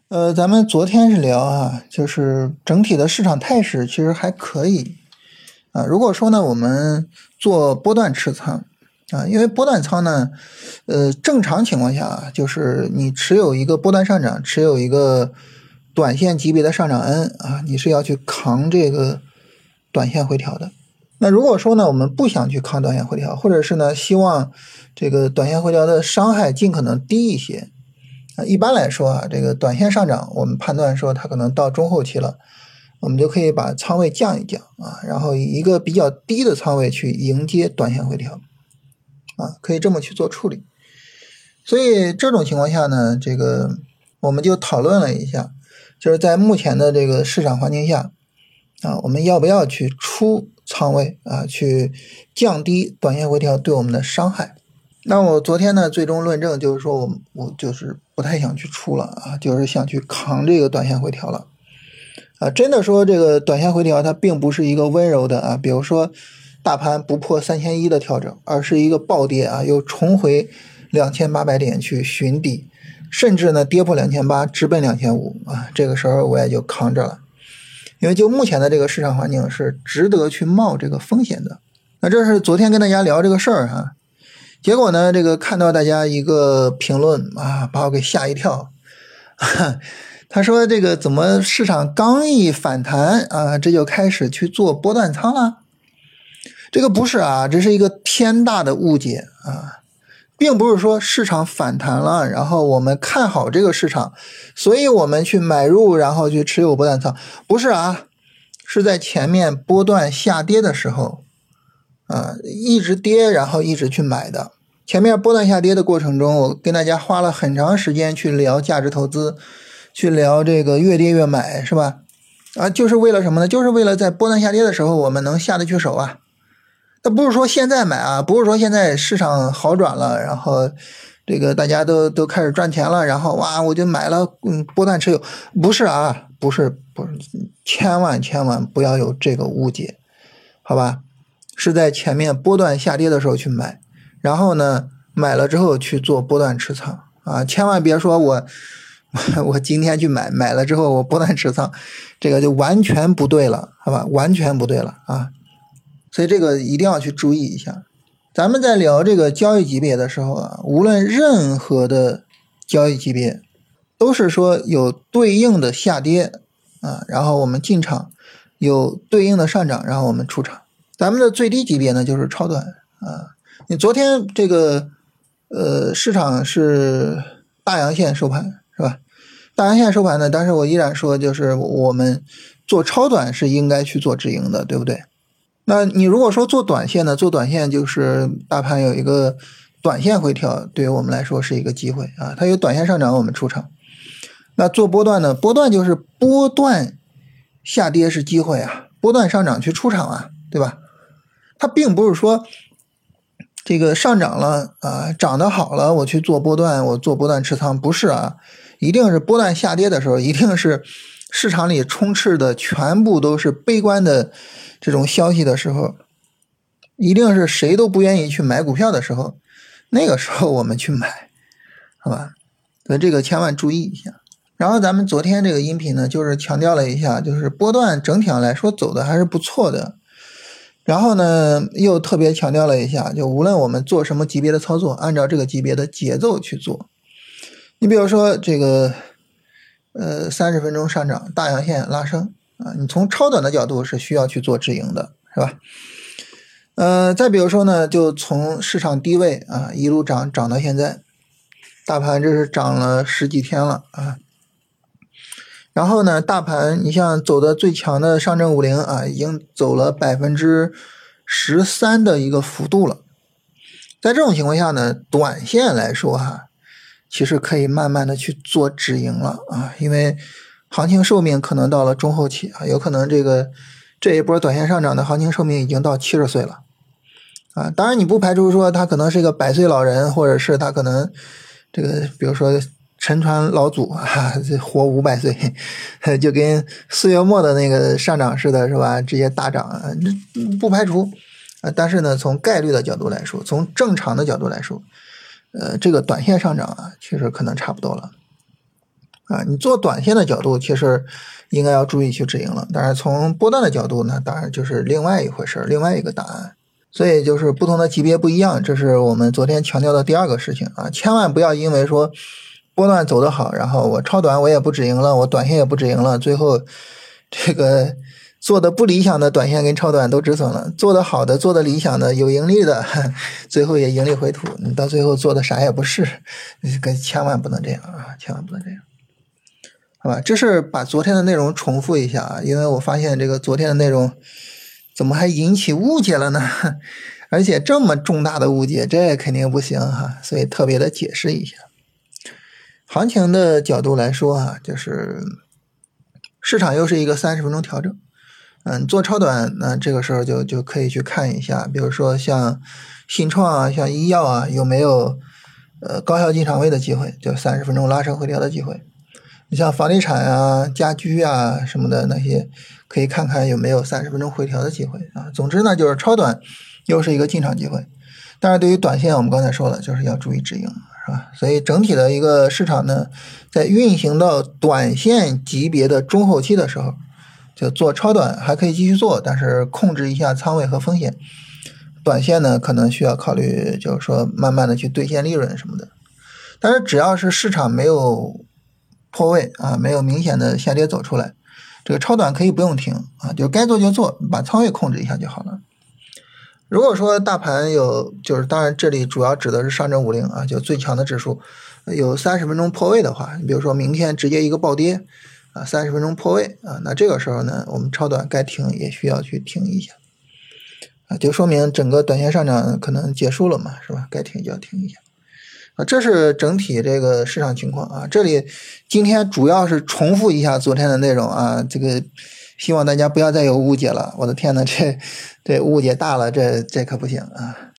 咱们昨天是聊啊，就是整体的市场态势其实还可以啊。如果说呢，我们做波段持仓啊，因为波段仓呢，正常情况下啊，就是你持有一个波段上涨，持有一个短线级别的上涨 N 啊，你是要去扛这个短线回调的。那如果说呢，我们不想去抗短线回调，或者是呢，希望这个短线回调的伤害尽可能低一些。一般来说啊，这个短线上涨，我们判断说它可能到中后期了，我们就可以把仓位降一降啊，然后以一个比较低的仓位去迎接短线回调啊，可以这么去做处理。所以这种情况下呢，这个我们就讨论了一下，就是在目前的这个市场环境下啊，我们要不要去出仓位啊，去降低短线回调对我们的伤害。那我昨天呢，最终论证就是说我就是不太想去出了啊，就是想去扛这个短线回调了啊。真的说这个短线回调它并不是一个温柔的啊，比如说大盘不破3100的调整，而是一个暴跌啊，又重回2800点去寻底，甚至呢跌破2800直奔2500啊，这个时候我也就扛着了，因为就目前的这个市场环境是值得去冒这个风险的。那这是昨天跟大家聊这个事儿啊。结果呢，这个看到大家一个评论啊，把我给吓一跳。他说这个怎么市场刚一反弹啊，这就开始去做波段仓了？这个不是啊，这是一个天大的误解啊，并不是说市场反弹了，然后我们看好这个市场，所以我们去买入，然后去持有波段仓，不是啊，是在前面波段下跌的时候。一直跌，然后一直去买的。前面波段下跌的过程中，我跟大家花了很长时间去聊价值投资，去聊这个越跌越买，是吧？啊，就是为了什么呢？就是为了在波段下跌的时候，我们能下得去手啊。那不是说现在买啊，不是说现在市场好转了，然后这个大家都开始赚钱了，然后哇，我就买了，波段持有，不是啊，不是，千万不要有这个误解，好吧？是在前面波段下跌的时候去买，然后呢买了之后去做波段持仓啊，千万别说我今天去买了之后我波段持仓，这个就完全不对了，好吧，完全不对了啊，所以这个一定要去注意一下。咱们在聊这个交易级别的时候啊，无论任何的交易级别都是说有对应的下跌啊，然后我们进场，有对应的上涨，然后我们出场。咱们的最低级别呢就是超短啊。你昨天这个市场是大阳线收盘是吧？大阳线收盘呢，但是我依然说就是我们做超短是应该去做止盈的，对不对？那你如果说做短线呢，做短线就是大盘有一个短线回调，对于我们来说是一个机会啊，它有短线上涨我们出场。那做波段呢，波段就是波段下跌是机会啊，波段上涨去出场啊，对吧？它并不是说这个上涨了啊，涨得好了我去做波段，我做波段持仓，不是啊，一定是波段下跌的时候，一定是市场里充斥的全部都是悲观的这种消息的时候，一定是谁都不愿意去买股票的时候，那个时候我们去买，好吧？所以这个千万注意一下。然后咱们昨天这个音频呢，就是强调了一下，就是波段整体上来说走的还是不错的。然后呢，又特别强调了一下，就无论我们做什么级别的操作，按照这个级别的节奏去做。你比如说这个30分钟上涨大阳线拉升啊，你从超短的角度是需要去做止盈的，是吧？再比如说呢，就从市场低位啊一路涨到现在，大盘这是涨了10几天了啊。然后呢，大盘你像走的最强的上证50啊，已经走了13%的一个幅度了。在这种情况下呢，短线来说哈，其实可以慢慢的去做止盈了啊，因为行情寿命可能到了中后期啊，有可能这一波短线上涨的行情寿命已经到70岁了啊。当然你不排除说他可能是一个100岁老人，或者是他可能这个比如说沉船老祖啊，活500岁，就跟4月末的那个上涨似的，是吧？直接大涨，不排除啊。但是呢，从概率的角度来说，从正常的角度来说，这个短线上涨啊，确实可能差不多了啊，你做短线的角度其实应该要注意去止盈了，但是从波段的角度呢，当然就是另外一回事，另外一个答案。所以就是不同的级别不一样，这是我们昨天强调的第二个事情啊，千万不要因为说波段走得好，然后我超短我也不止盈了，我短线也不止盈了，最后这个做的不理想的短线跟超短都止损了，做的好的做的理想的有盈利的最后也盈利回吐，你到最后做的啥也不是，千万不能这样啊，千万不能这样。好吧，这是把昨天的内容重复一下啊，因为我发现这个昨天的内容怎么还引起误解了呢？而且这么重大的误解，这肯定不行哈，所以特别的解释一下。行情的角度来说啊，就是市场又是一个30分钟调整，做超短那这个时候就可以去看一下，比如说像信创啊，像医药啊，有没有高效进场位的机会，就30分钟拉升回调的机会。你像房地产啊、家居啊什么的那些，可以看看有没有30分钟回调的机会啊。总之呢，就是超短又是一个进场机会，但是对于短线，我们刚才说了，就是要注意止盈，是吧？所以整体的一个市场呢，在运行到短线级别的中后期的时候，就做超短还可以继续做，但是控制一下仓位和风险。短线呢，可能需要考虑，就是说慢慢的去兑现利润什么的。但是只要是市场没有破位啊，没有明显的下跌走出来，这个超短可以不用停啊，就该做就做，把仓位控制一下就好了。如果说大盘有，就是当然这里主要指的是上证50啊，就最强的指数有30分钟破位的话，你比如说明天直接一个暴跌啊，30分钟破位啊，那这个时候呢，我们超短该停也需要去停一下啊，就说明整个短线上涨可能结束了嘛，是吧？该停就要停一下。这是整体这个市场情况啊，这里今天主要是重复一下昨天的内容啊，这个希望大家不要再有误解了，我的天呐，这误解大了，这可不行啊。